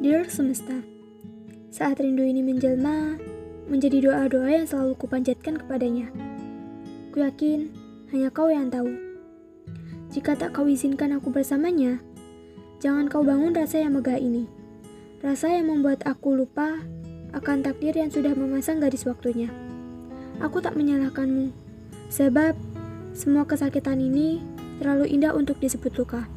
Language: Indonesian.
Dear Semesta, saat rindu ini menjelma, menjadi doa-doa yang selalu kupanjatkan kepadanya. Ku yakin hanya kau yang tahu. Jika tak kau izinkan aku bersamanya, jangan kau bangun rasa yang megah ini. Rasa yang membuat aku lupa akan takdir yang sudah memasang garis waktunya. Aku tak menyalahkanmu, sebab semua kesakitan ini terlalu indah untuk disebut luka.